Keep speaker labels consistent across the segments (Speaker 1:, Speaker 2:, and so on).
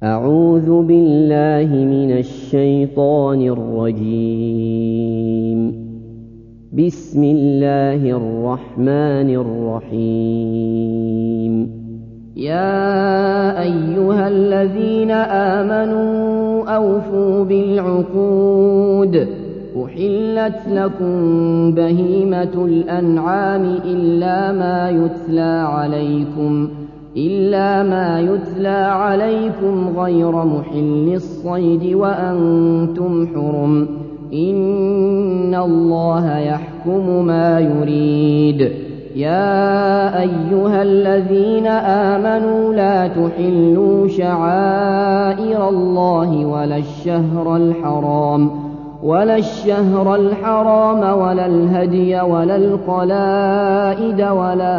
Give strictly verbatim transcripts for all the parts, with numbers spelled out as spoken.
Speaker 1: أعوذ بالله من الشيطان الرجيم. بسم الله الرحمن الرحيم. يا أيها الذين آمنوا أوفوا بالعقود. أحلت لكم بهيمة الأنعام إلا ما يتلى عليكم إلا ما يتلى عليكم غير محل الصيد وأنتم حرم. إن الله يحكم ما يريد. يا أيها الذين آمنوا لا تحلوا شعائر الله ولا الشهر الحرام ولا الشهر الحرام ولا الهدي ولا القلائد ولا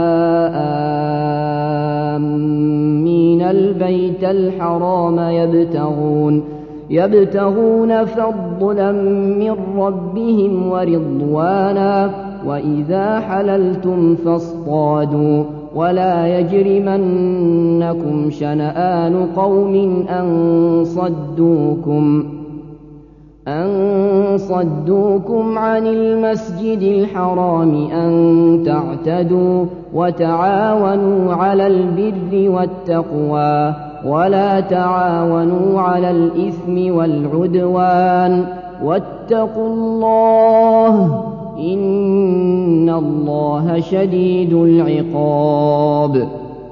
Speaker 1: آمين البيت الحرام يبتغون يبتغون فضلا من ربهم ورضوانا. وإذا حللتم فاصطادوا ولا يجرمنكم شنآن قوم أن صدوكم أن صدوكم عن المسجد الحرام أن تعتدوا. وتعاونوا على البر والتقوى ولا تعاونوا على الإثم والعدوان. واتقوا الله إن الله شديد العقاب.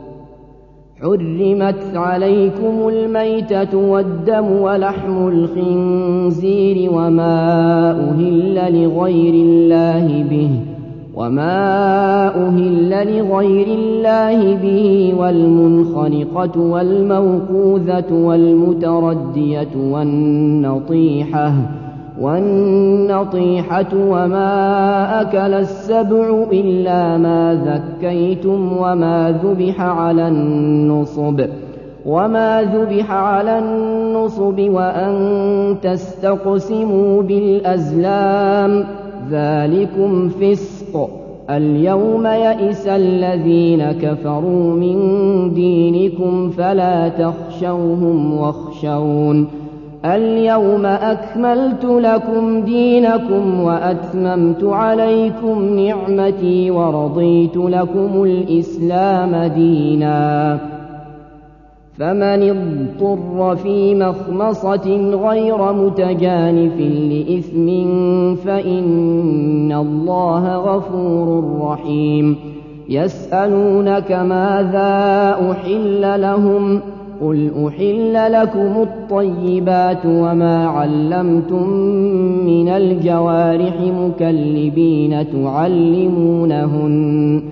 Speaker 1: حرمت عليكم الميتة والدم ولحم الخنزير وما أهل لغير الله به وما أهل لغير الله به والمنخنقة والموقوذة والمتردية والنطيحة والنطيحة وما أكل السبع إلا ما ذكيتم وما ذبح على النصب وما ذبح على النصب وأن تستقسموا بالأزلام ذلكم فسق. اليوم يئس الذين كفروا من دينكم فلا تخشوهم واخشون. اليوم أكملت لكم دينكم وأتممت عليكم نعمتي ورضيت لكم الإسلام دينا. فمن اضطر في مخمصة غير متجانف لإثم فإن الله غفور رحيم. يسألونك ماذا أحل لهم قل أحل لكم الطيبات وما علمتم من الجوارح مكلبين تعلمونهن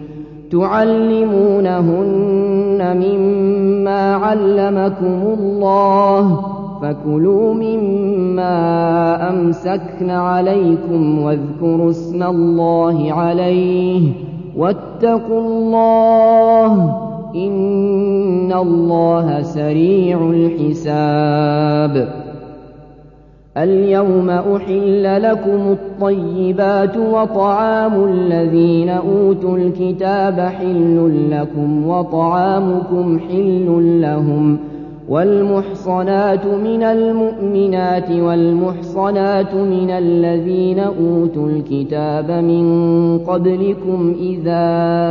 Speaker 1: تعلمونهن مما علمكم الله فكلوا مما أمسكن عليكم واذكروا اسم الله عليه واتقوا الله إن الله سريع الحساب. اليوم أحل لكم الطيبات وطعام الذين أوتوا الكتاب حل لكم وطعامكم حل لهم. والمحصنات من المؤمنات والمحصنات من الذين أوتوا الكتاب من قبلكم إذا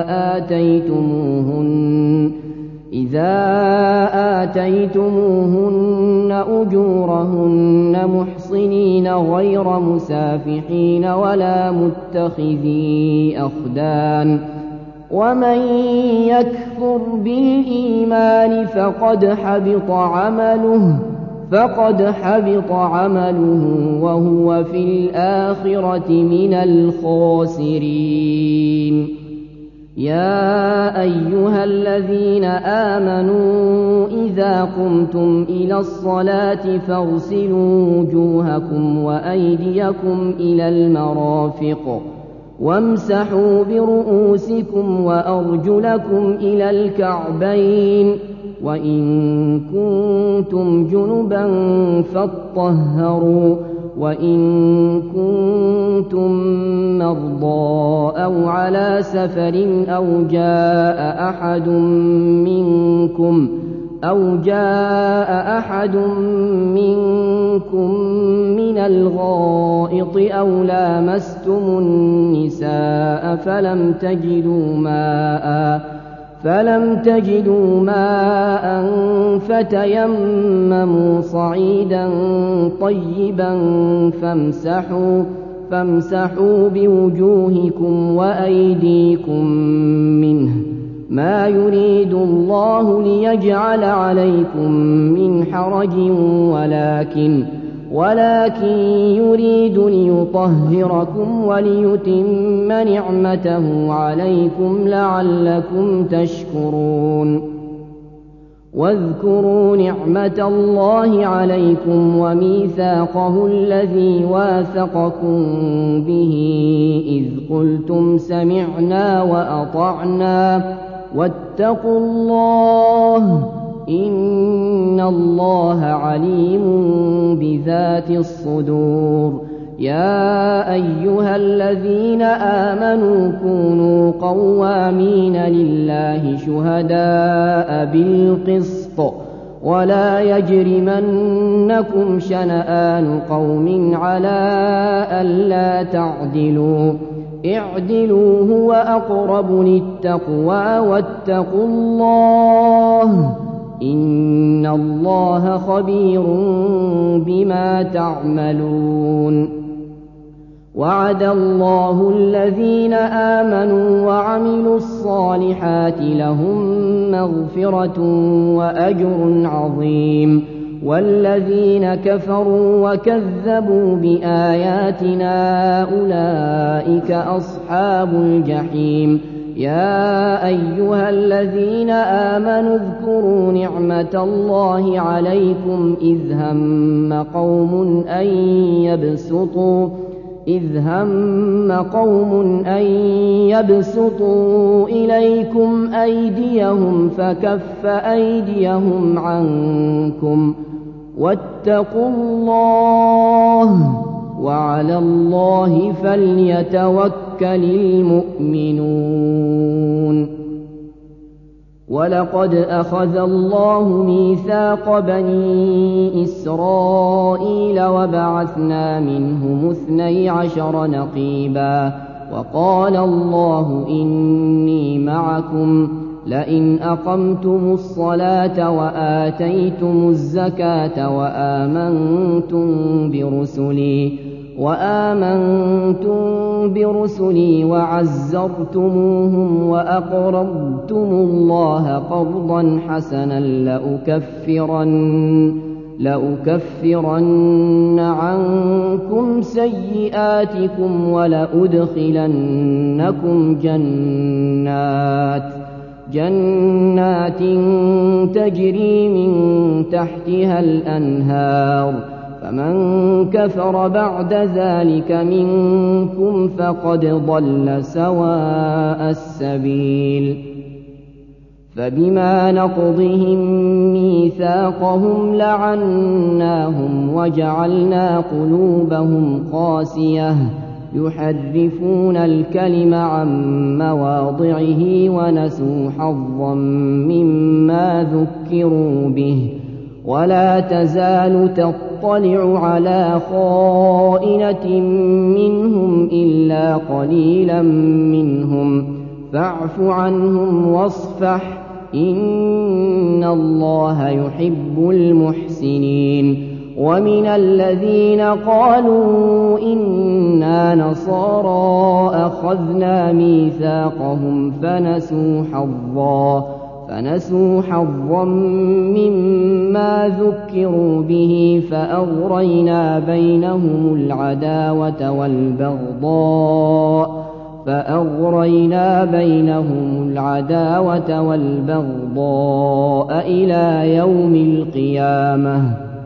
Speaker 1: آتيتموهن إذا آتيتموهن أجورهن محصنين غير مسافحين ولا متخذي أخدان. ومن يكفر بالإيمان فقد حبط عمله فقد حبط عمله وهو في الآخرة من الخاسرين. يا أيها الذين آمنوا إذا قمتم إلى الصلاة فاغسلوا وجوهكم وأيديكم إلى المرافق وامسحوا برؤوسكم وأرجلكم إلى الكعبين. وإن كنتم جنبا فاطهروا وإن كنتم مرضى أو على سفر أو جاء أحد منكم أو جاء أحد منكم من الغائط أو لامستم النساء فلم تجدوا ماء فلم تجدوا ماء فتيمموا صعيدا طيبا فامسحوا فامسحوا بوجوهكم وأيديكم منه ما يريد الله ليجعل عليكم من حرج ولكن ولكن يريد ليطهركم وليتم نعمته عليكم لعلكم تشكرون واذكروا نعمة الله عليكم وميثاقه الذي واثقكم به إذ قلتم سمعنا وأطعنا واتقوا الله إن الله عليم بذات الصدور يا أيها الذين آمنوا كونوا قوامين لله شهداء بالقسط ولا يجرمنكم شنآن قوم على ألا تعدلوا اعدلوا هو أقرب للتقوى واتقوا الله إن الله خبير بما تعملون وعد الله الذين آمنوا وعملوا الصالحات لهم مغفرة وأجر عظيم والذين كفروا وكذبوا بآياتنا أولئك أصحاب الجحيم يا أيها الذين آمنوا اذكروا نعمة الله عليكم إذ هم قوم أن يبسطوا إذ هم قوم أن يبسطوا إليكم أيديهم فكف أيديهم عنكم واتقوا الله وعلى الله فليتوكل المؤمنون ولقد أخذ الله ميثاق بني إسرائيل وبعثنا منهم اثني عشر نقيبا وقال الله إني معكم لئن أقمتم الصلاة وآتيتم الزكاة وآمنتم برسلي وآمنتم برسلي وعزرتموهم وأقرضتم الله قرضا حسنا لأكفرن, لأكفرن عنكم سيئاتكم ولأدخلنكم جنات جنات تجري من تحتها الأنهار فمن كفر بعد ذلك منكم فقد ضل سواء السبيل فبما نقضهم ميثاقهم لعناهم وجعلنا قلوبهم قاسية يحرفون الكلم عن مواضعه ونسوا حظا مما ذكروا به ولا تزال تطلع على خائنة منهم إلا قليلا منهم فاعف عنهم واصفح إن الله يحب المحسنين ومن الذين قالوا إنا نصارى أخذنا ميثاقهم فنسوا حظا فنسوا حظا مما ذكروا به فأغرينا بينهم العداوة والبغضاء فأغرينا بينهم العداوة والبغضاء إلى يوم القيامة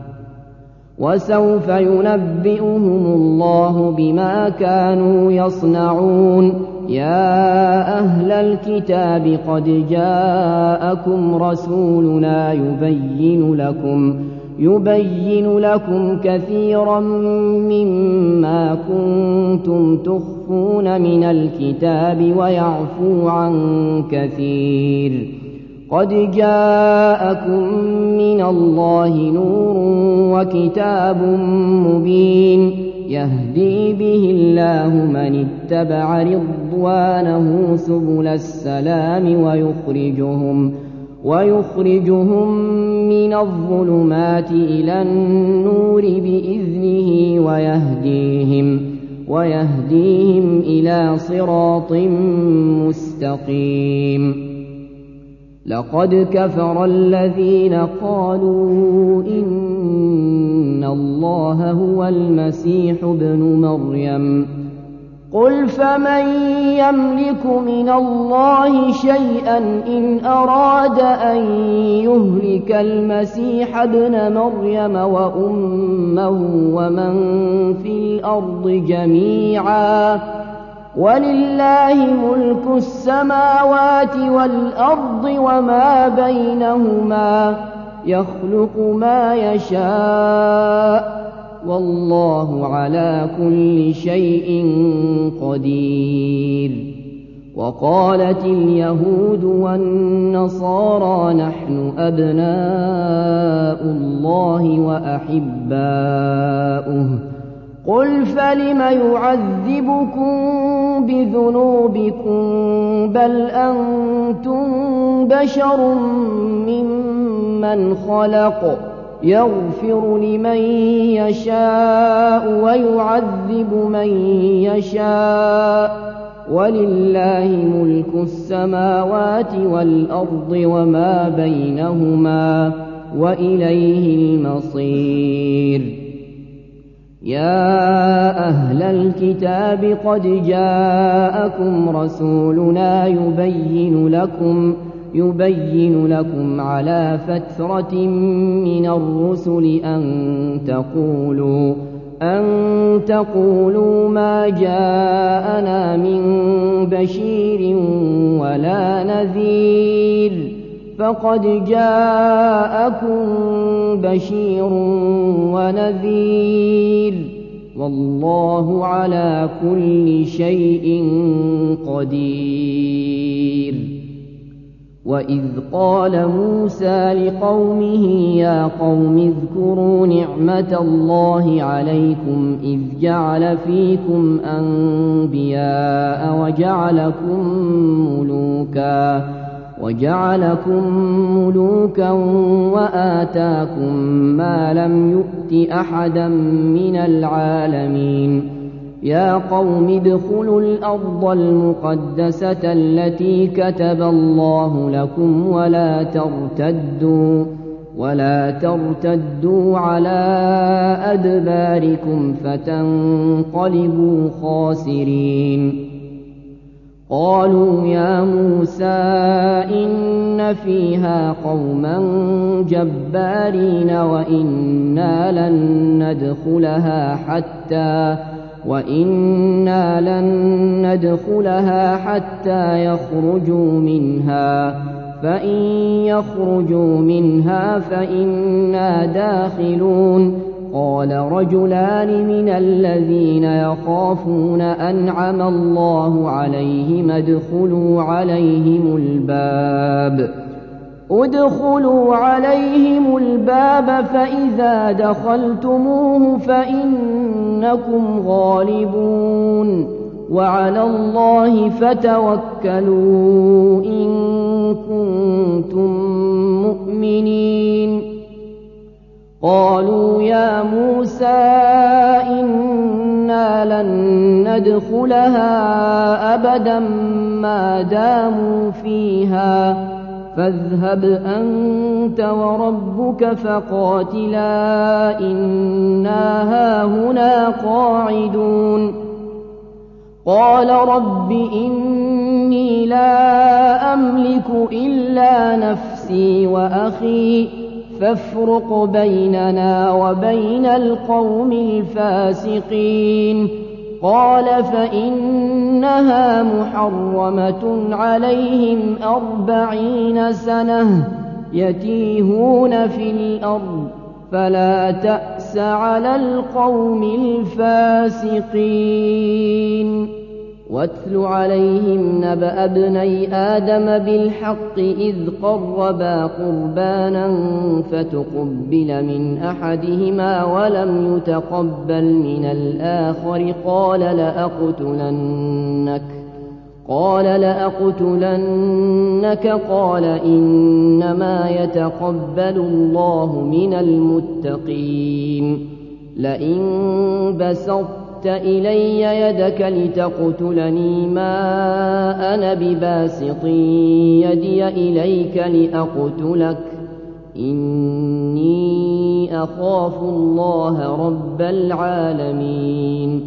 Speaker 1: وسوف ينبئهم الله بما كانوا يصنعون يا أهل الكتاب قد جاءكم رسولنا يبين لكم يبين لكم كثيرا مما كنتم تخفون من الكتاب ويعفو عن كثير قد جاءكم من الله نور وكتاب مبين يهدي به الله من اتبع رضوانه سبل السلام ويخرجهم ويخرجهم من الظلمات إلى النور بإذنه ويهديهم ويهديهم إلى صراط مستقيم. لقد كفر الذين قالوا إن الله هو المسيح ابن مريم قل فمن يملك من الله شيئا إن أراد أن يهلك المسيح ابن مريم وأمه ومن في الأرض جميعا ولله ملك السماوات والأرض وما بينهما يخلق ما يشاء والله على كل شيء قدير. وقالت اليهود والنصارى نحن أبناء الله وأحباؤه قل فلم يعذبكم بذنوبكم بل أنتم بشر ممن خلق يغفر لمن يشاء ويعذب من يشاء ولله ملك السماوات والأرض وما بينهما وإليه المصير. يا أهل الكتاب قد جاءكم رسولنا يبين لكم يبين لكم على فترة من الرسل أن تقولوا أن تقولوا ما جاءنا من بشير ولا نذير فقد جاءكم بشير ونذير والله على كل شيء قدير. وإذ قال موسى لقومه يا قوم اذكروا نعمة الله عليكم إذ جعل فيكم أنبياء وجعلكم ملوكا وجعلكم ملوكا وآتاكم ما لم يؤت أحدا من العالمين. يا قوم ادخلوا الأرض المقدسة التي كتب الله لكم ولا ترتدوا ولا ترتدوا على أدباركم فتنقلبوا خاسرين. قالوا يا موسى إن فيها قوما جبارين وإنا لن ندخلها حتى وإنا لن ندخلها حتى يخرجوا منها فإن يخرجوا منها فإنا داخلون. قال رجلان من الذين يخافون أنعم الله عليهم ادخلوا عليهم الباب ادخلوا عليهم الباب فإذا دخلتموه فإنكم غالبون وعلى الله فتوكلوا إن كنتم مؤمنين. قالوا يا موسى إنا لن ندخلها أبدا ما داموا فيها فاذهب أنت وربك فقاتلا إنا هاهنا قاعدون. قال رب إني لا أملك إلا نفسي وأخي فافرق بيننا وبين القوم الفاسقين. قال فإنها محرمة عليهم أربعين سنة يتيهون في الأرض فلا تأس على القوم الفاسقين. واتل عليهم نبأ ابني آدم بالحق إذ قربا قربانا فتقبل من أحدهما ولم يتقبل من الآخر قال لأقتلنك قال لأقتلنك قال إنما يتقبل الله من المتقين لئن بسطت إلي يدك لتقتلني ما أنا بباسط يدي إليك لأقتلك إني أخاف الله رب العالمين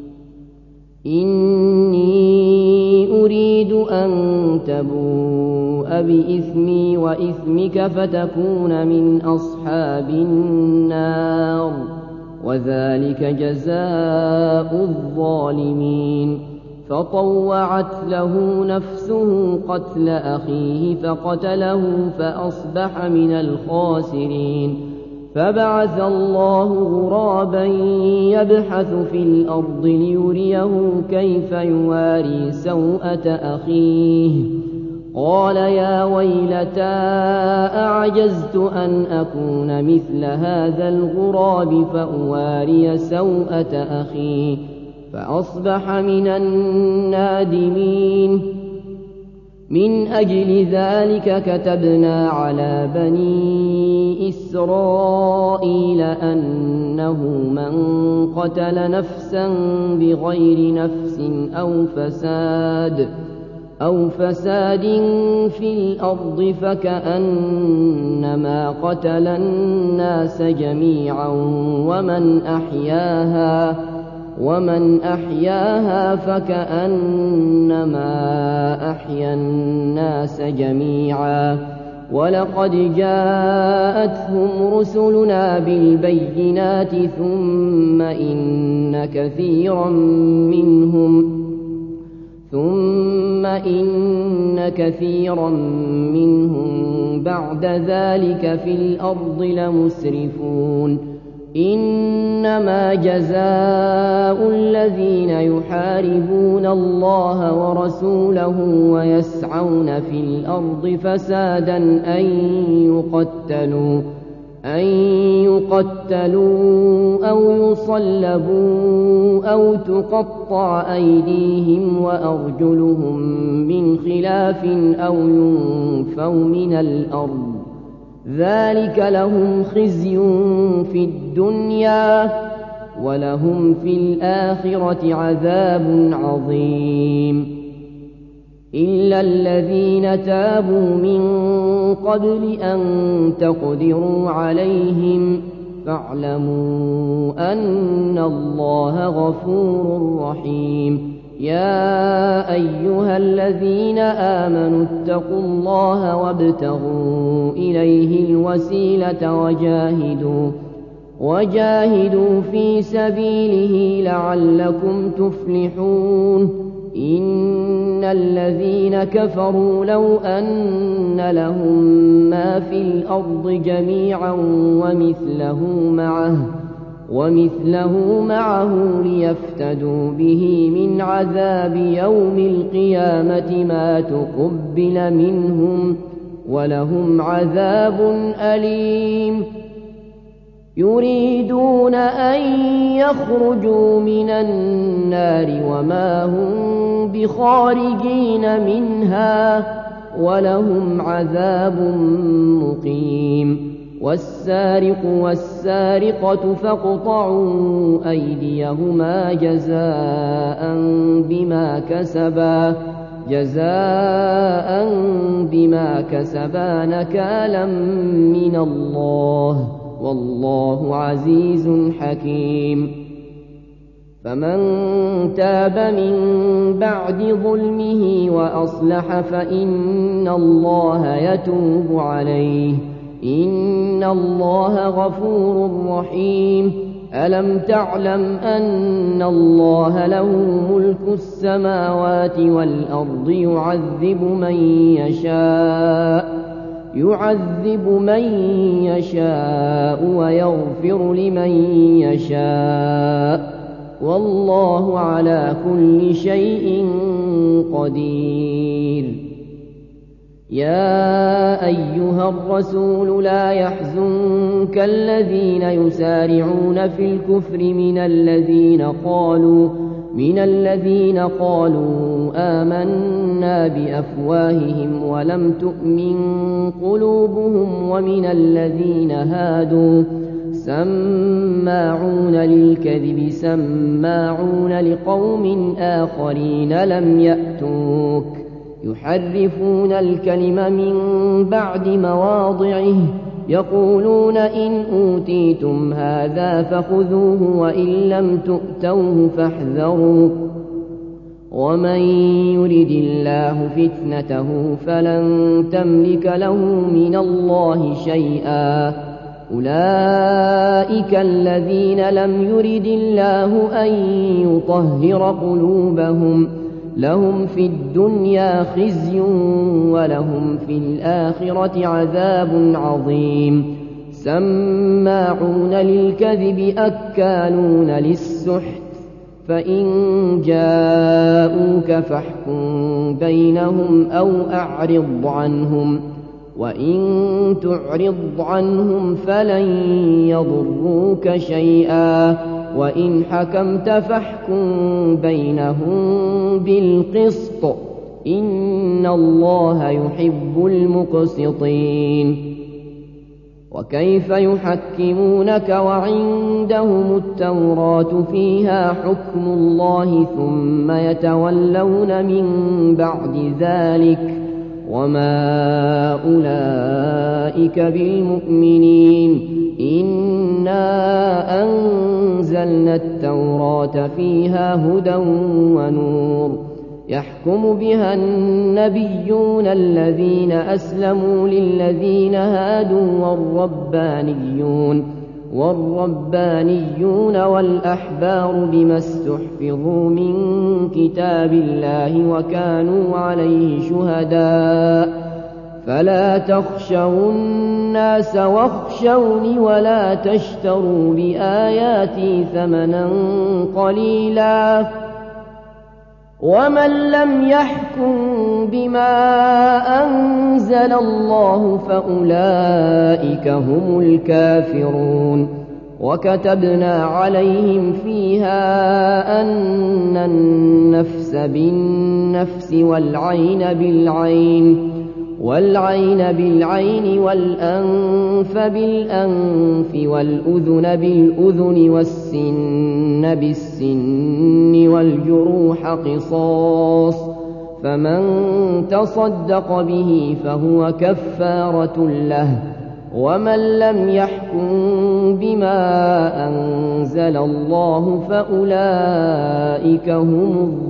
Speaker 1: إني أريد أن تبوء بإثمي وإثمك فتكون من أصحاب النار وذلك جزاء الظالمين فطوعت له نفسه قتل أخيه فقتله فأصبح من الخاسرين فبعث الله غرابا يبحث في الأرض ليريه كيف يواري سوءة أخيه قال يا ويلتى أعجزت أن أكون مثل هذا الغراب فأواري سوءة أخي فأصبح من النادمين من أجل ذلك كتبنا على بني إسرائيل أنه من قتل نفسا بغير نفس أو فساد أو فساد في الأرض فكأنما قتل الناس جميعا ومن أحياها ومن أحياها فكأنما أحيا الناس جميعا ولقد جاءتهم رسلنا بالبينات ثم إن كثيرا منهم ثم إن كثيرا منهم بعد ذلك في الأرض لمسرفون إنما جزاء الذين يحاربون الله ورسوله ويسعون في الأرض فسادا أن يقتلوا أن يقتلوا أو يصلبوا أو تقطع أيديهم وأرجلهم من خلاف أو ينفوا من الأرض ذلك لهم خزي في الدنيا ولهم في الآخرة عذاب عظيم إلا الذين تابوا من قبل أن تقدروا عليهم فاعلموا أن الله غفور رحيم يا أيها الذين آمنوا اتقوا الله وابتغوا إليه الوسيلة وجاهدوا وجاهدوا في سبيله لعلكم تفلحون إن الذين كفروا لو أن لهم ما في الأرض جميعا ومثله معه ومثله معه ليفتدوا به من عذاب يوم القيامة ما تقبل منهم ولهم عذاب أليم يريدون أن يخرجوا من النار وما هم بخارجين منها ولهم عذاب مقيم والسارق والسارقة فاقطعوا أيديهما جزاء بما كسبا جزاء بما كسبا نكالا من الله والله عزيز حكيم فمن تاب من بعد ظلمه وأصلح فإن الله يتوب عليه إن الله غفور رحيم ألم تعلم أن الله له ملك السماوات والأرض يعذب من يشاء يعذب من يشاء ويغفر لمن يشاء والله على كل شيء قدير. يا أيها الرسول لا يحزنك الذين يسارعون في الكفر من الذين قالوا من الذين قالوا آمنا بأفواههم ولم تؤمن قلوبهم ومن الذين هادوا سماعون للكذب سماعون لقوم آخرين لم يأتوك يحرفون الكلم من بعد مواضعه يقولون إن أوتيتم هذا فخذوه وإن لم تؤتوه فاحذروا ومن يرد الله فتنته فلن تملك له من الله شيئا أولئك الذين لم يرد الله أن يطهر قلوبهم لهم في الدنيا خزي ولهم في الآخرة عذاب عظيم سماعون للكذب أكالون للسحت فإن جاءوك فاحكم بينهم أو أعرض عنهم وإن تعرض عنهم فلن يضروك شيئا وإن حكمت فاحكم بينهم بالقسط إن الله يحب المقسطين. وكيف يحكمونك وعندهم التوراة فيها حكم الله ثم يتولون من بعد ذلك وما أولئك بالمؤمنين. إنا أنزلنا التوراة فيها هدى ونور يحكم بها النبيون الذين أسلموا للذين هادوا والربانيون والربانيون والأحبار بما استحفظوا من كتاب الله وكانوا عليه شهداء فلا تخشوا الناس واخشوني ولا تشتروا بآياتي ثمنا قليلا ومن لم يحكم بما أنزل الله فأولئك هم الكافرون. وكتبنا عليهم فيها أن النفس بالنفس والعين بالعين والعين بالعين والأنف بالأنف والأذن بالأذن والسن بالسن والجروح قصاص فمن تصدق به فهو كفارة له ومن لم يحكم بما أنزل الله فأولئك هم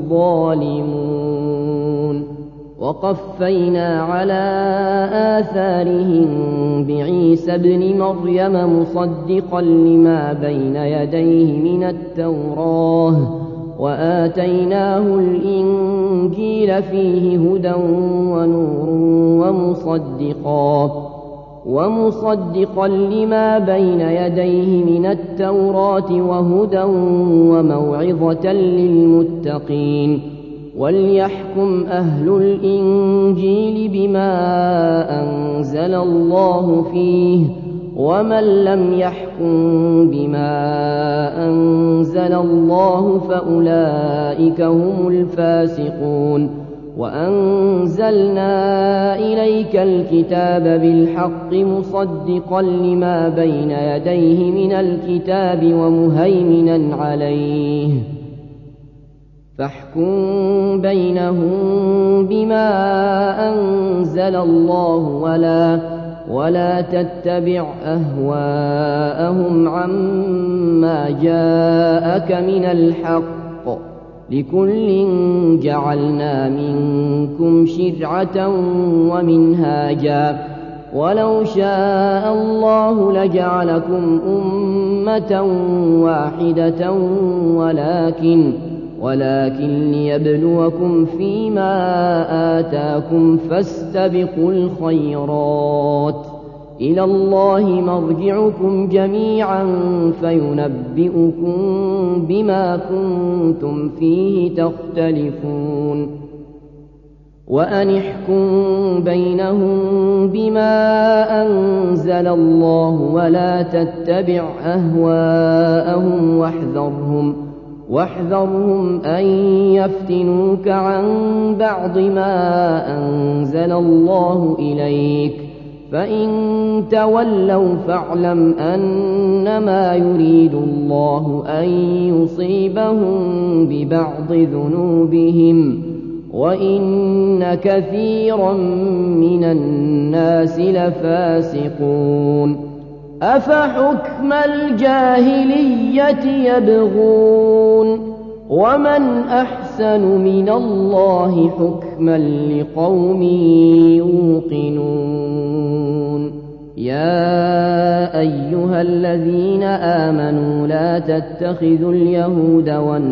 Speaker 1: الظالمون. وقفينا على آثارهم بعيسى ابن مريم مصدقا لما بين يديه من التوراة وآتيناه الإنجيل فيه هدى ونور ومصدقا ومصدقا لما بين يديه من التوراة وهدى وموعظة للمتقين. وليحكم أهل الإنجيل بما أنزل الله فيه ومن لم يحكم بما أنزل الله فأولئك هم الفاسقون. وأنزلنا إليك الكتاب بالحق مصدقا لما بين يديه من الكتاب ومهيمنا عليه فاحكم بينهم بما أنزل الله ولا ولا تتبع أهواءهم عما جاءك من الحق لكل جعلنا منكم شرعة ومنهاجا ولو شاء الله لجعلكم أمة واحدة ولكن ولكن ليبلوكم فيما آتاكم فاستبقوا الخيرات إلى الله مرجعكم جميعا فينبئكم بما كنتم فيه تختلفون وأن احكم بينهم بما أنزل الله ولا تتبع أهواءهم واحذرهم واحذرهم أن يفتنوك عن بعض ما أنزل الله إليك فإن تولوا فاعلم أنما يريد الله أن يصيبهم ببعض ذنوبهم وإن كثيرا من الناس لفاسقون أفحكم الجاهلية يبغون ومن أحسن من الله حكما لقوم يوقنون يا أيها الذين آمنوا لا تتخذوا اليهود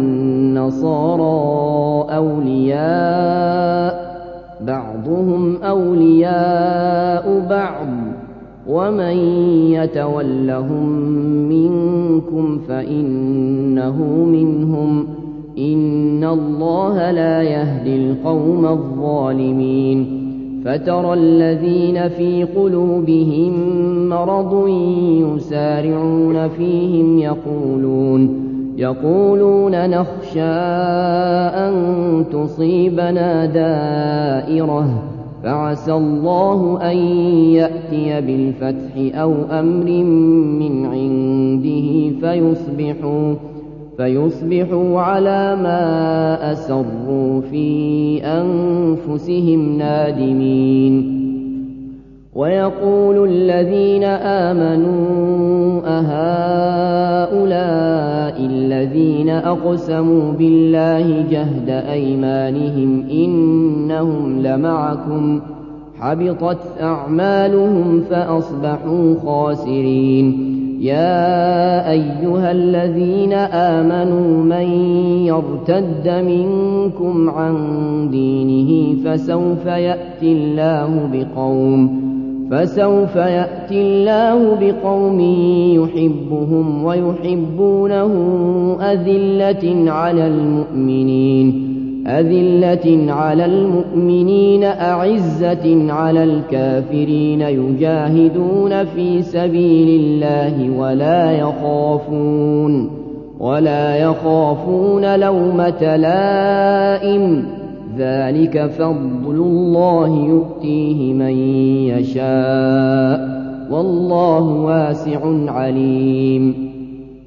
Speaker 1: والنصارى أولياء بعضهم أولياء بعض ومن يتولهم منكم فإنه منهم إن الله لا يهدي القوم الظالمين فترى الذين في قلوبهم مرض يسارعون فيهم يقولون يقولون نخشى أن تصيبنا دائرة فعسى الله أن يأتي بالفتح أو أمر من عنده فيصبحوا فيصبحوا على ما أسروا في أنفسهم نادمين ويقول الذين آمنوا أهؤلاء الذين أقسموا بالله جهد أيمانهم إنهم لمعكم حبطت أعمالهم فأصبحوا خاسرين يا أيها الذين آمنوا من يرتد منكم عن دينه فسوف يأتي الله بقوم فسوف يأتي الله بقوم يحبهم ويحبونه أذلة على المؤمنين أذلة على المؤمنين أعزة على الكافرين يجاهدون في سبيل الله ولا يخافون ولا يخافون لومة لائم ذلك فضل الله يؤتيه من يشاء والله واسع عليم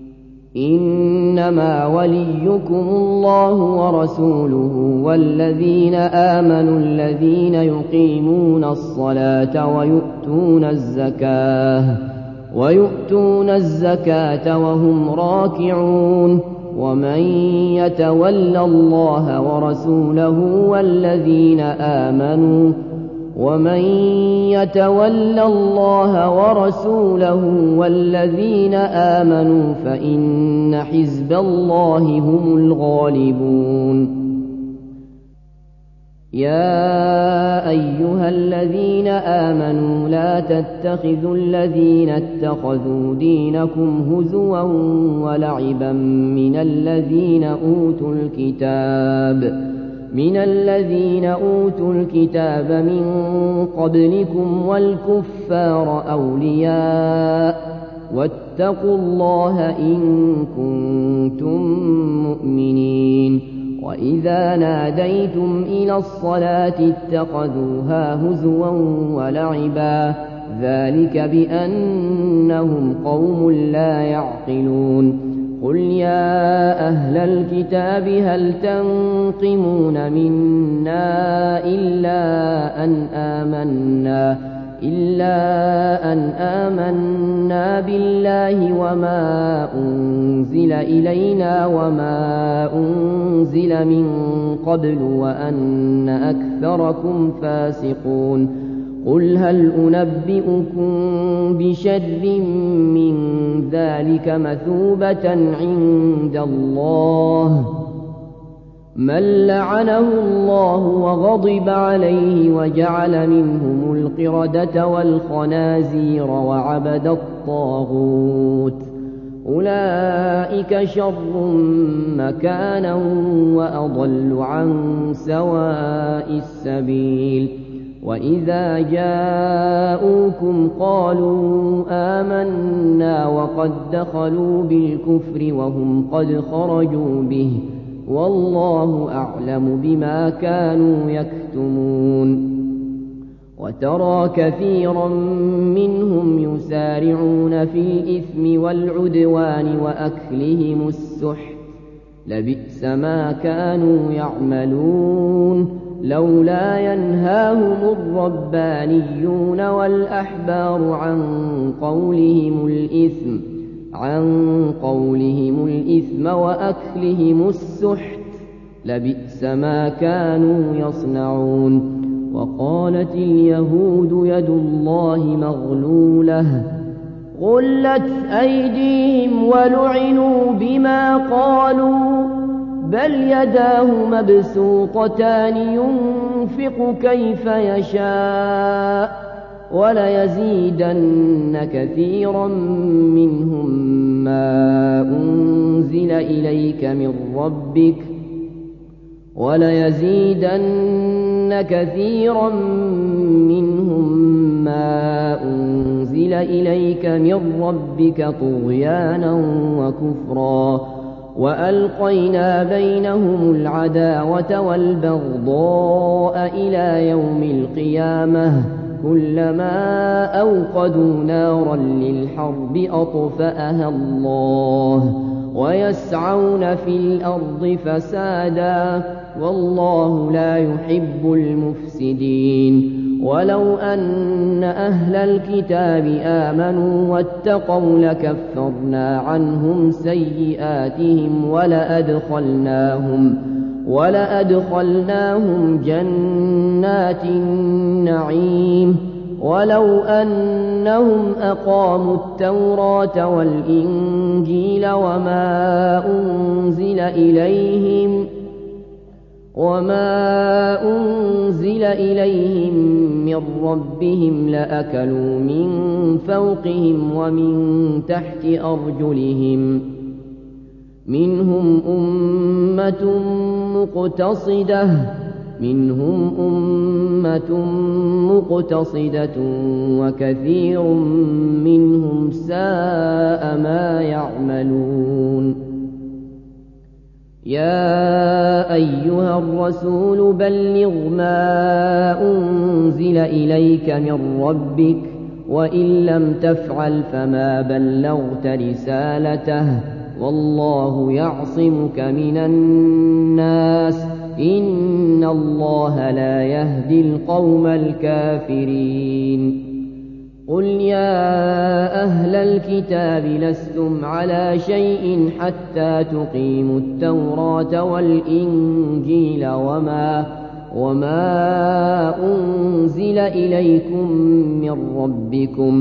Speaker 1: إنما وليكم الله ورسوله والذين آمنوا الذين يقيمون الصلاة ويؤتون الزكاة ويؤتون الزكاة وهم راكعون ومن يتول الله ورسوله والذين آمنوا ومن يتول الله ورسوله والذين آمنوا فإن حزب الله هم الغالبون يا أيها الذين آمنوا لا تتخذوا الذين اتخذوا دينكم هزوا ولعبا من الذين أوتوا الكتاب من الذين أوتوا الكتاب من قبلكم والكفار أولياء واتقوا الله إن كنتم مؤمنين وإذا ناديتم إلى الصلاة اتخذوها هزوا ولعبا ذلك بأنهم قوم لا يعقلون قل يا أهل الكتاب هل تنقمون منا إلا أن آمنا إلا أن آمنا بالله وما أنزل إلينا وما أنزل من قبل وأن أكثركم فاسقون قل هل أنبئكم بشر من ذلك مثوبة عند الله من لعنه الله وغضب عليه وجعل منهم القردة والخنازير وعبد الطاغوت أولئك شر مكانا وأضل عن سواء السبيل وإذا جاءوكم قالوا آمنا وقد دخلوا بالكفر وهم قد خرجوا به والله أعلم بما كانوا يكتمون وترى كثيرا منهم يسارعون في الإثم والعدوان وأكلهم السحت لبئس ما كانوا يعملون لولا ينهاهم الربانيون والأحبار عن قولهم الإثم عن قولهم الإثم وأكلهم السحت لبئس ما كانوا يصنعون وقالت اليهود يد الله مغلولة غلت أيديهم ولعنوا بما قالوا بل يداه مبسوطتان ينفق كيف يشاء وليزيدن كثيرا منهم ما أنزل إليك من ربك وليزيدن كثيرا منهم ما أنزل إليك من ربك طغيانا وكفرا وألقينا بينهم العداوة والبغضاء إلى يوم القيامة كلما أوقدوا نارا للحرب أطفأها الله ويسعون في الأرض فسادا والله لا يحب المفسدين ولو أن أهل الكتاب آمنوا واتقوا لكفرنا عنهم سيئاتهم ولأدخلناهم ولأدخلناهم جنات النعيم ولو أنهم أقاموا التوراة والإنجيل وما أنزل إليهم وما أنزل إليهم من ربهم لأكلوا من فوقهم ومن تحت أرجلهم منهم أمة مقتصدة منهم أمة مقتصدة وكثير منهم ساء ما يعملون يا أيها الرسول بلغ ما أنزل إليك من ربك وإن لم تفعل فما بلغت رسالته والله يعصمك من الناس إن الله لا يهدي القوم الكافرين قل يا أهل الكتاب لستم على شيء حتى تقيموا التوراة والإنجيل وما وما أنزل إليكم من ربكم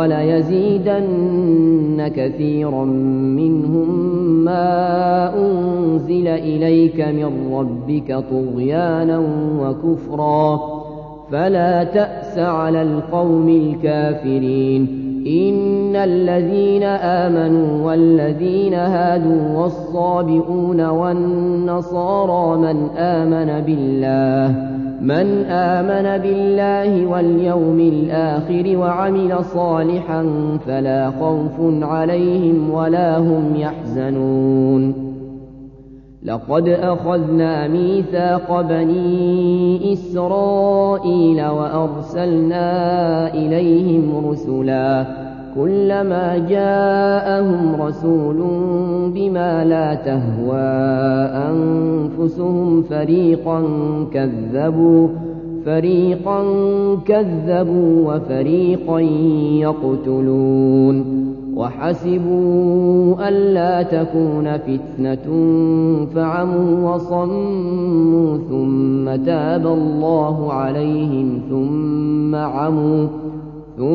Speaker 1: وليزيدن كثيرا منهم ما أنزل إليك من ربك طغيانا وكفرا فلا تأس على القوم الكافرين إن الذين آمنوا والذين هادوا والصابئون والنصارى من آمن بالله من آمن بالله واليوم الآخر وعمل صالحا فلا خوف عليهم ولا هم يحزنون لقد أخذنا ميثاق بني إسرائيل وأرسلنا إليهم رسلا كلما جاءهم رسول بما لا تهوى أنفسهم فريقا كذبوا فريقا كذبوا وفريقا يقتلون وحسبوا ألا تكون فتنة فعموا وصموا ثم تاب الله عليهم ثم عموا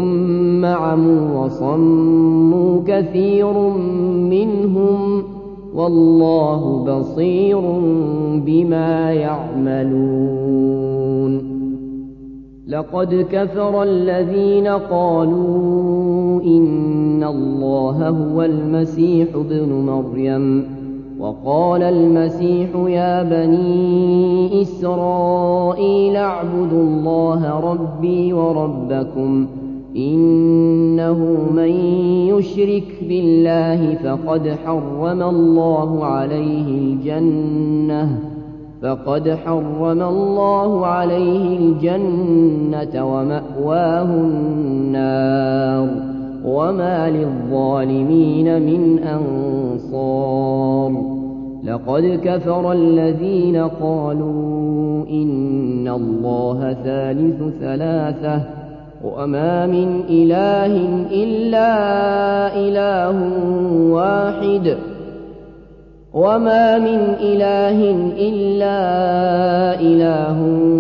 Speaker 1: ثم عموا وصموا كثير منهم والله بصير بما يعملون. لقد كفر الذين قالوا إن الله هو المسيح ابن مريم، وقال المسيح يا بني إسرائيل اعبدوا الله ربي وربكم إنه من يشرك بالله فقد حرم الله عليه الجنة فقد حرم الله عليه الجنة ومأواه النار وما للظالمين من أنصار. لقد كفر الذين قالوا إن الله ثالث ثلاثة وما من إله إلا إله واحد وما من إله إلا إله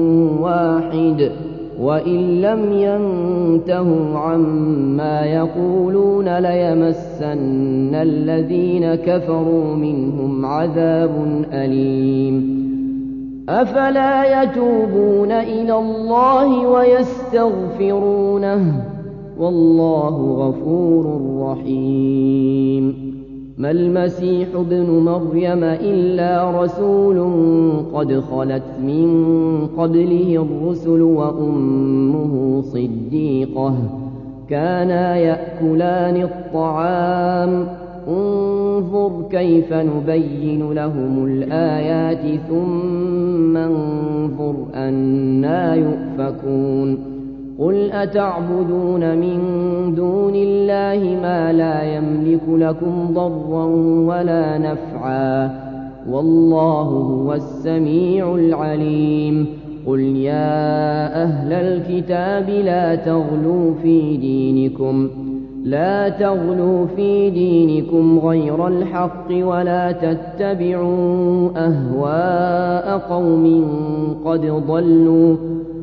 Speaker 1: واحد وإن لم ينتهوا عما يقولون ليمسن الذين كفروا منهم عذاب أليم. أفلا يتوبون إلى الله ويستغفرونه والله غفور رحيم. ما المسيح ابن مريم إلا رسول قد خلت من قبله الرسل وأمه صديقة كانا يأكلان الطعام انظر كيف نبين لهم الآيات ثم انظر أنى يؤفكون. قل أتعبدون من دون الله ما لا يملك لكم ضرا ولا نفعا والله هو السميع العليم. قل يا أهل الكتاب لا تغلوا في دينكم لا تغلوا في دينكم غير الحق ولا تتبعوا أهواء قوم قد ضلوا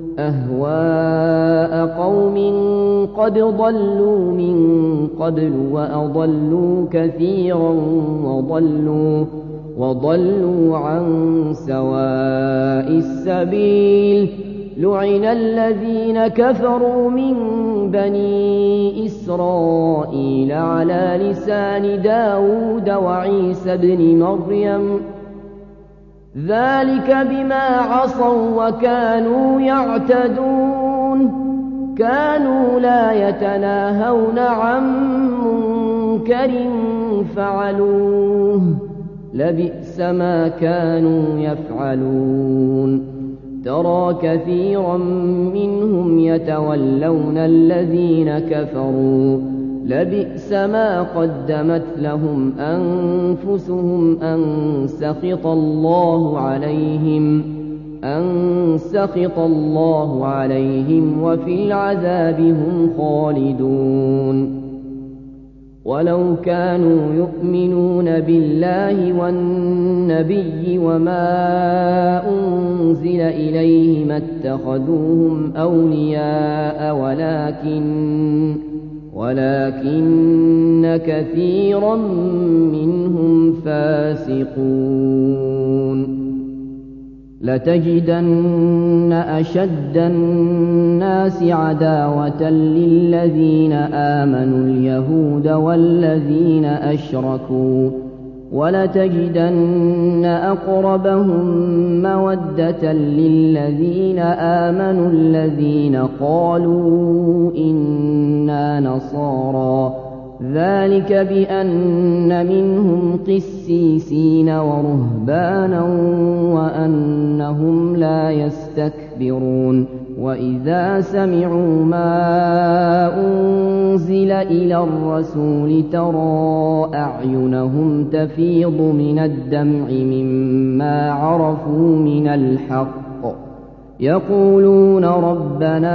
Speaker 1: أهواء قوم قد ضلوا من قبل وأضلوا كثيرا وضلوا وضلوا عن سواء السبيل. لعن الذين كفروا من بني إسرائيل على لسان داود وعيسى بن مريم ذلك بما عصوا وكانوا يعتدون كانوا لا يتناهون عن منكر فعلوه لبئس ما كانوا يفعلون. ترى كثيرا منهم يتولون الذين كفروا لبئس ما قدمت لهم أنفسهم أن سخط الله عليهم أن سخط الله عليهم وفي العذاب هم خالدون. ولو كانوا يؤمنون بالله والنبي وما أنزل إليه ما اتخذوهم أولياء ولكن ولكن كثيرا منهم فاسقون. لتجدن أشد الناس عداوة للذين آمنوا اليهود والذين أشركوا ولتجدن أقربهم مودة للذين آمنوا الذين قالوا إنا نصارى ذلك بأن منهم قسيسين ورهبانا وأنهم لا يستكبرون. وإذا سمعوا ما أنزل إلى الرسول ترى أعينهم تفيض من الدمع مما عرفوا من الحق يقولون ربنا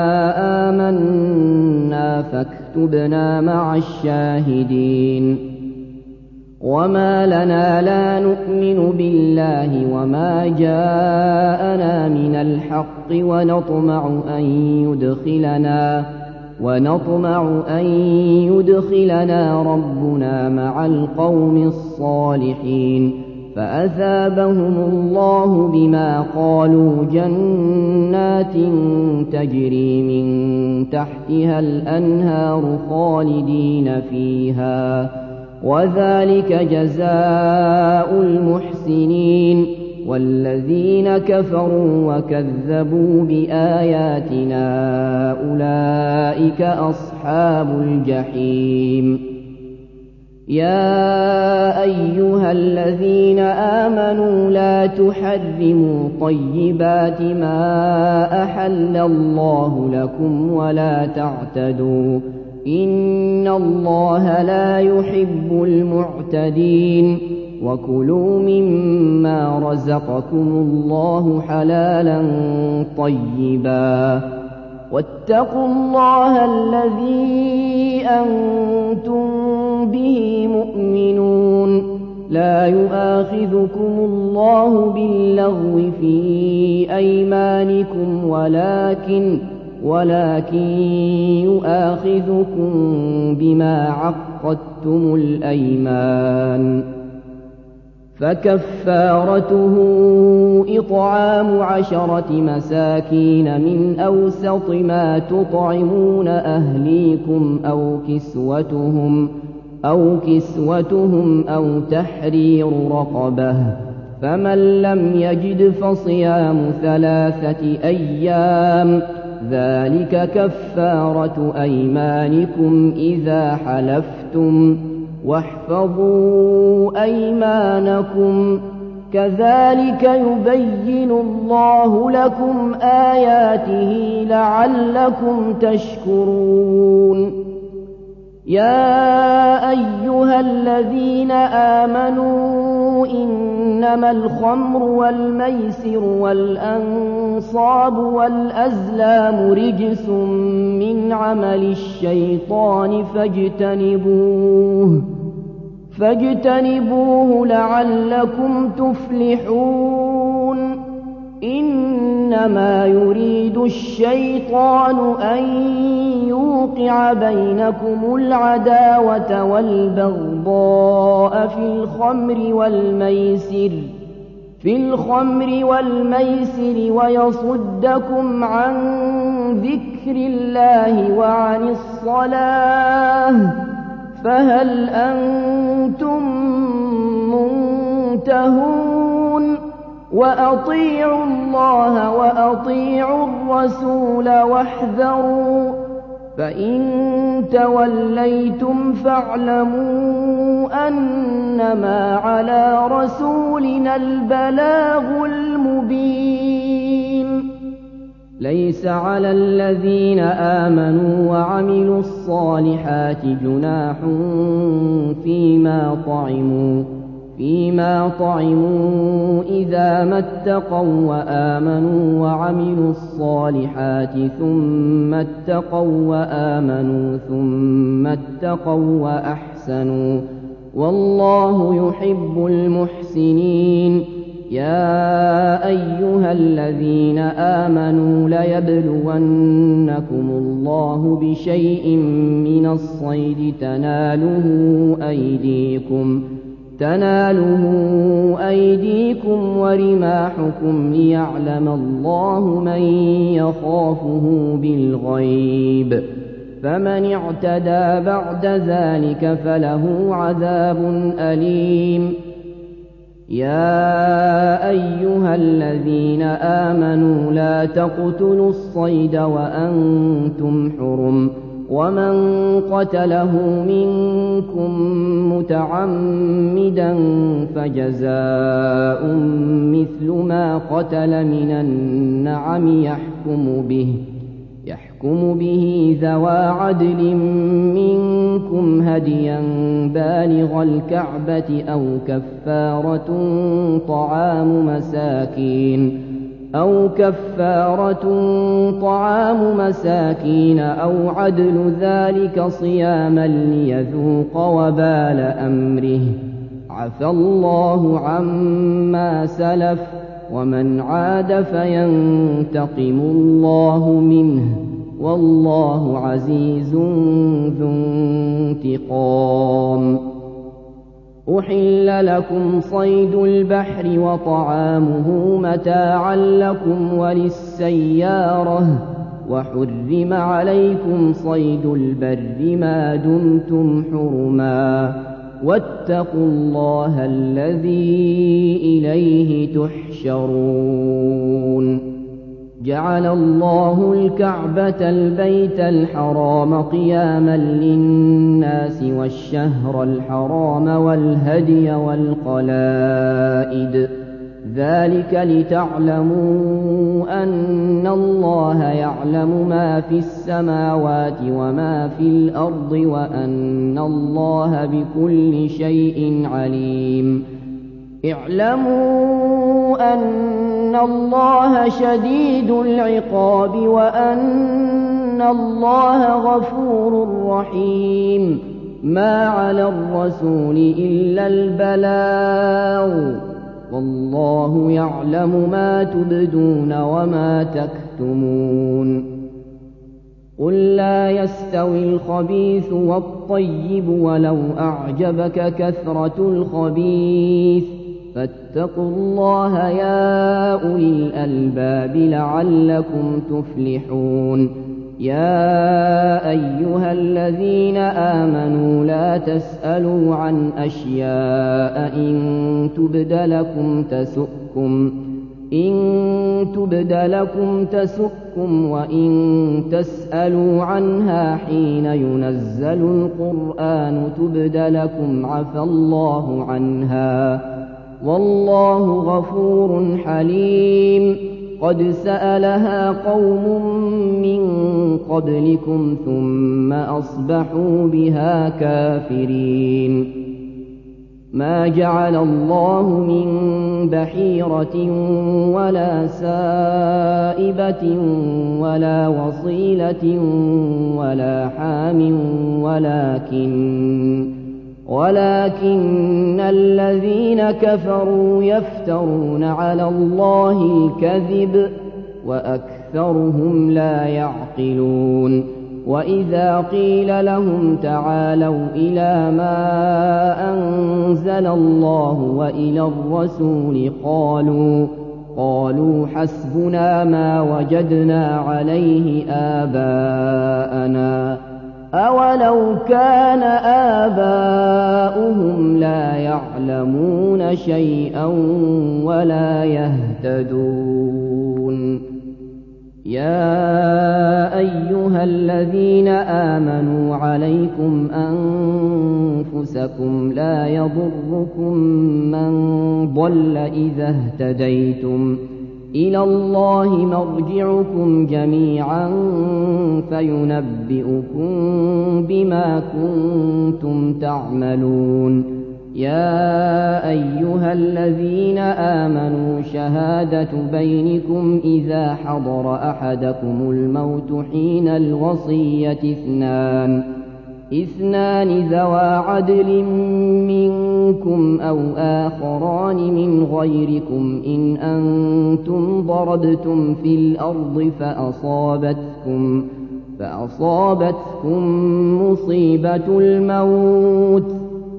Speaker 1: آمنا فاكتبنا مع الشاهدين. وما لنا لا نؤمن بالله وما جاءنا من الحق ونطمع أن يدخلنا ونطمع أن يدخلنا ربنا مع القوم الصالحين فأثابهم الله بما قالوا جنات تجري من تحتها الأنهار خالدين فيها وذلك جزاء المحسنين والذين كفروا وكذبوا بآياتنا أولئك أصحاب الجحيم يا أيها الذين آمنوا لا تحرموا طيبات ما أحل الله لكم ولا تعتدوا إن الله لا يحب المعتدين وكلوا مما رزقكم الله حلالا طيبا واتقوا الله الذي أنتم به مؤمنون لا يؤاخذكم الله باللغو في أيمانكم ولكن ولكن يؤاخذكم بما عقدتم الأيمان فكفارته إطعام عشرة مساكين من أوسط ما تطعمون أهليكم أو كسوتهم أو كسوتهم أو تحرير رقبة فمن لم يجد فصيام ثلاثة أيام ذلك كفارة أيمانكم إذا حلفتم واحفظوا أيمانكم كذلك يبين الله لكم آياته لعلكم تشكرون يا أيها الذين آمنوا إنما الخمر والميسر والأنصاب والأزلام رجس من عمل الشيطان فاجتنبوه فاجتنبوه لعلكم تفلحون إنما يريد الشيطان أن يوقع بينكم العداوة والبغضاء في الخمر والميسر في الخمر والميسر ويصدكم عن ذكر الله وعن الصلاة فهل أنتم منتهون وأطيعوا الله وأطيعوا الرسول واحذروا فإن توليتم فاعلموا أنما على رسولنا البلاغ المبين ليس على الذين آمنوا وعملوا الصالحات جناح فيما طعموا فيما طعموا إذا ما اتقوا وآمنوا وعملوا الصالحات ثم اتقوا وآمنوا ثم اتقوا وأحسنوا والله يحب المحسنين يا أيها الذين آمنوا ليبلونكم الله بشيء من الصيد تناله أيديكم تناله أيديكم ورماحكم ليعلم الله من يخافه بالغيب فمن اعتدى بعد ذلك فله عذاب أليم يا أيها الذين آمنوا لا تقتلوا الصيد وأنتم حرم ومن قتله منكم متعمدا فجزاء مثل ما قتل من النعم يحكم به يحكم به ذوى عدل منكم هديا بالغ الكعبة أو كفارة طعام مساكين أو كفارة طعام مساكين أو عدل ذلك صياما ليذوق وبال أمره عفى الله عما سلف ومن عاد فينتقم الله منه والله عزيز ذو انتقام. أحل لكم صيد البحر وطعامه متاعا لكم وللسيارة، وحرم عليكم صيد البر ما دمتم حرما، واتقوا الله الذي إليه تحشرون. جعل الله الكعبة البيت الحرام قياما للناس والشهر الحرام والهدي والقلائد، ذلك لتعلموا أن الله يعلم ما في السماوات وما في الأرض وأن الله بكل شيء عليم. اعلموا أن الله شديد العقاب وأن الله غفور رحيم. ما على الرسول إلا البلاغ، والله يعلم ما تبدون وما تكتمون. قل لا يستوي الخبيث والطيب ولو أعجبك كثرة الخبيث، فاتقوا الله يا أولي الألباب لعلكم تفلحون. يا أيها الذين آمنوا لا تسألوا عن أشياء إن تبد لكم تسؤكم إن تبد لكم تسؤكم وإن تسألوا عنها حين ينزل القرآن تبد لكم عفى الله عنها، والله غفور حليم. قد سألها قوم من قبلكم ثم أصبحوا بها كافرين. ما جعل الله من بحيرة ولا سائبة ولا وصيلة ولا حام ولكن ولكن الذين كفروا يفترون على الله الكذب وأكثرهم لا يعقلون. وإذا قيل لهم تعالوا إلى ما أنزل الله وإلى الرسول قالوا قالوا حسبنا ما وجدنا عليه آباءنا أولو كان آباؤهم لا يعلمون شيئا ولا يهتدون. يا أيها الذين آمنوا عليكم أنفسكم لا يضركم من ضل إذا اهتديتم، إلى الله مرجعكم جميعا فينبئكم بما كنتم تعملون. يا أيها الذين آمنوا شهادة بينكم إذا حضر أحدكم الموت حين الوصية اثنان اثنان ذوى عدل منكم أو آخران من غيركم إن أنتم ضربتم في الأرض فأصابتكم فأصابتكم مصيبة الموت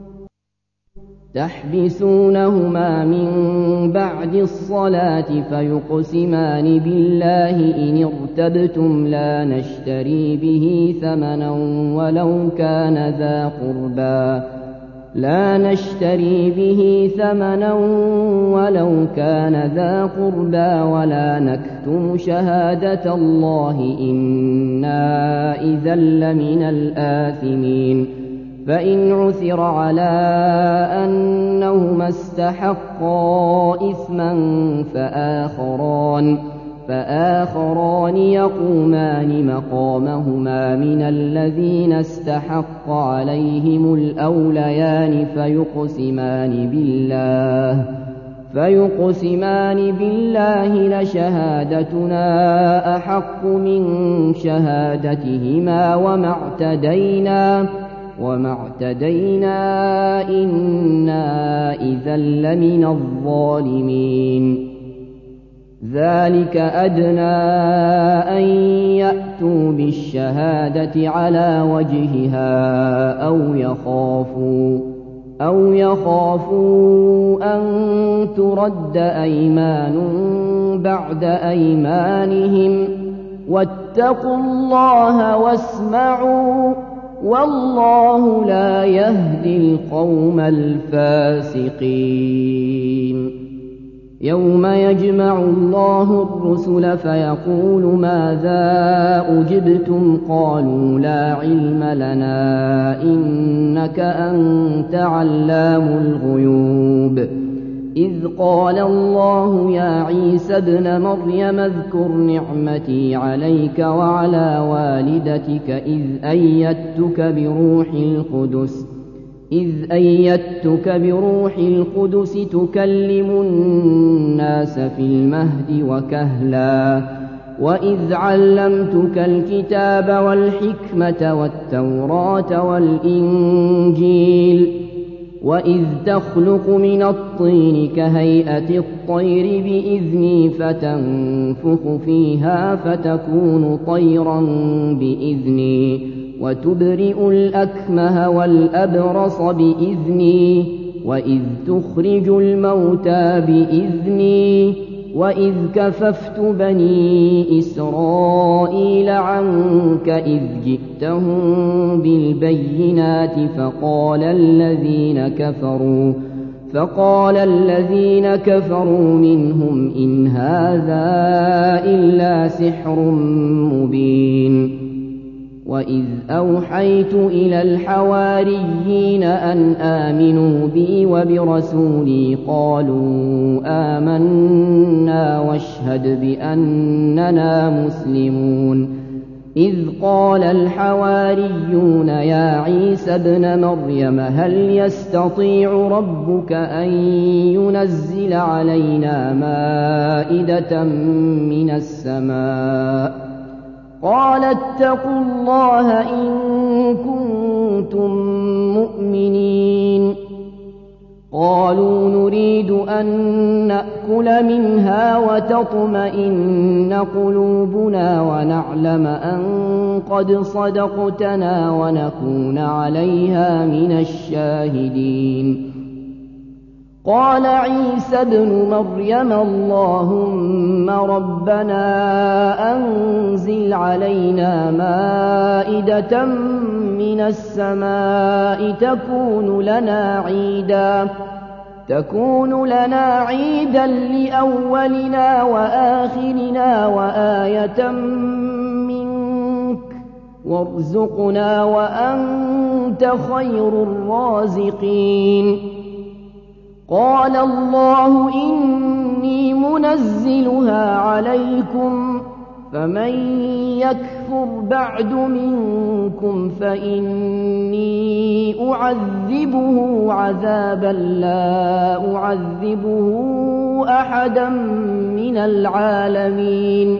Speaker 1: تحبسونهما من بعد الصلاة فيقسمان بالله إن ارتبتم لا نشتري به ثمنا ولو كان ذا قربى لا نشتري به ثمنا ولو كان ذا قربى ولا نكتم شهادة الله إنا إذا لمن الآثمين. فإن عثر على أنهما استحقا إثما فآخران فآخران يقومان مقامهما من الذين استحق عليهم الأوليان فيقسمان بالله فيقسمان بالله لشهادتنا أحق من شهادتهما وما اعتدينا وما اعتدينا إنا إذا لمن الظالمين. ذلك أدنى أن يأتي يأتوا بالشهادة على وجهها أو يخافوا أو يخافوا أن ترد أيمان بعد أيمانهم واتقوا الله واسمعوا والله لا يهدي القوم الفاسقين. يوم يجمع الله الرسل فيقول ماذا أجبتم قالوا لا علم لنا إنك أنت علام الغيوب. إذ قال الله يا عيسى ابن مريم اذكر نعمتي عليك وعلى والدتك إذ أيدتك بروح القدس إذ أيدتك بروح القدس تكلم الناس في المهد وكهلا وإذ علمتك الكتاب والحكمة والتوراة والإنجيل وإذ تخلق من الطين كهيئة الطير بإذني فتنفخ فيها فتكون طيرا بإذني وتبرئ الأكمه والأبرص بإذني وإذ تخرج الموتى بإذني وإذ كففت بني إسرائيل عنك إذ جئتهم بالبينات فقال الذين كفروا فقال الذين كفروا منهم إن هذا إلا سحر مبين. وإذ أوحيت إلى الحواريين أن آمنوا بي وبرسولي قالوا آمنا واشهد بأننا مسلمون. إذ قال الحواريون يا عيسى ابن مريم هل يستطيع ربك أن ينزل علينا مائدة من السماء قال اتقوا الله إن كنتم مؤمنين. قالوا نريد أن نأكل منها وتطمئن قلوبنا ونعلم أن قد صدقتنا ونكون عليها من الشاهدين. قال عيسى ابن مريم اللهم ربنا أنزل علينا مائدة من السماء تكون لنا عيدا تكون لنا عيدا لأولنا وآخرنا وآية منك وارزقنا وأنت خير الرازقين. قال الله إني منزلها عليكم فمن يكفر بعد منكم فإني أعذبه عذابا لا أعذبه أحدا من العالمين.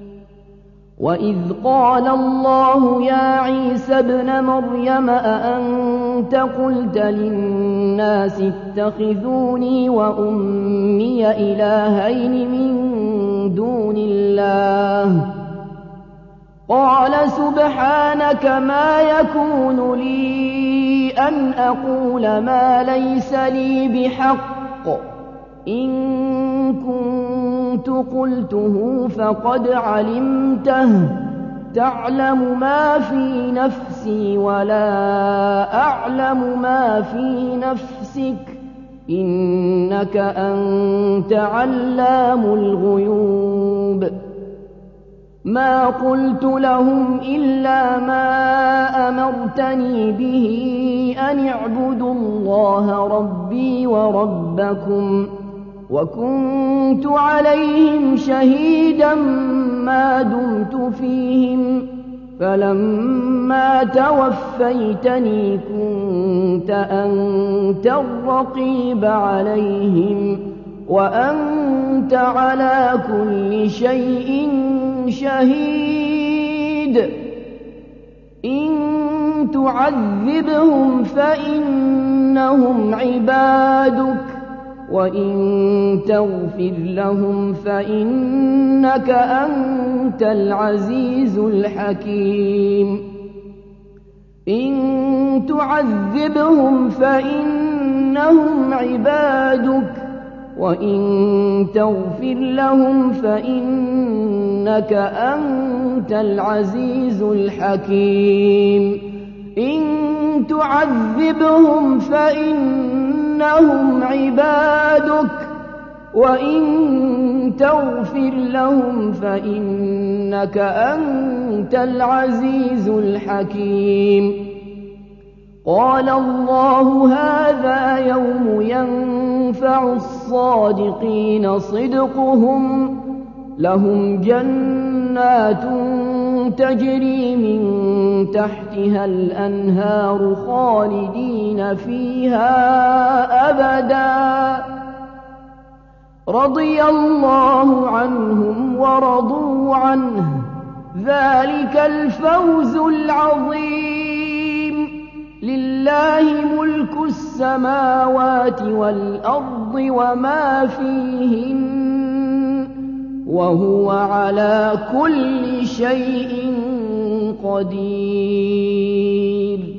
Speaker 1: وإذ قال الله يا عيسى ابن مريم أأنت قلت للناس اتخذوني وأمي إلهين من دون الله قال سبحانك ما يكون لي أن أقول ما ليس لي بحق إن كنت قلته فقد علمته تعلم ما في نفسي ولا أعلم ما في نفسك إنك أنت علام الغيوب. ما قلت لهم إلا ما أمرتني به أن اعبدوا الله ربي وربكم وكنت عليهم شهيدا ما دمت فيهم فلما توفيتني كنت أنت الرقيب عليهم وأنت على كل شيء شهيد. إن تعذبهم فإنهم عبادك وإن تغفر لهم فإنك أنت العزيز الحكيم إن تعذبهم فإنهم عبادك وإن تغفر لهم فإنك أنت العزيز الحكيم إن تعذبهم فإنهم عبادك وإن تغفر لهم فإنك أنت العزيز الحكيم قال الله هذا يوم ينفع الصادقين صدقهم لهم جنات تجري من تحتها الأنهار خالدين فيها أبدا رضي الله عنهم ورضوا عنه ذلك الفوز العظيم لله ملك السماوات والأرض وما فيهن وهو على كل شيء قدير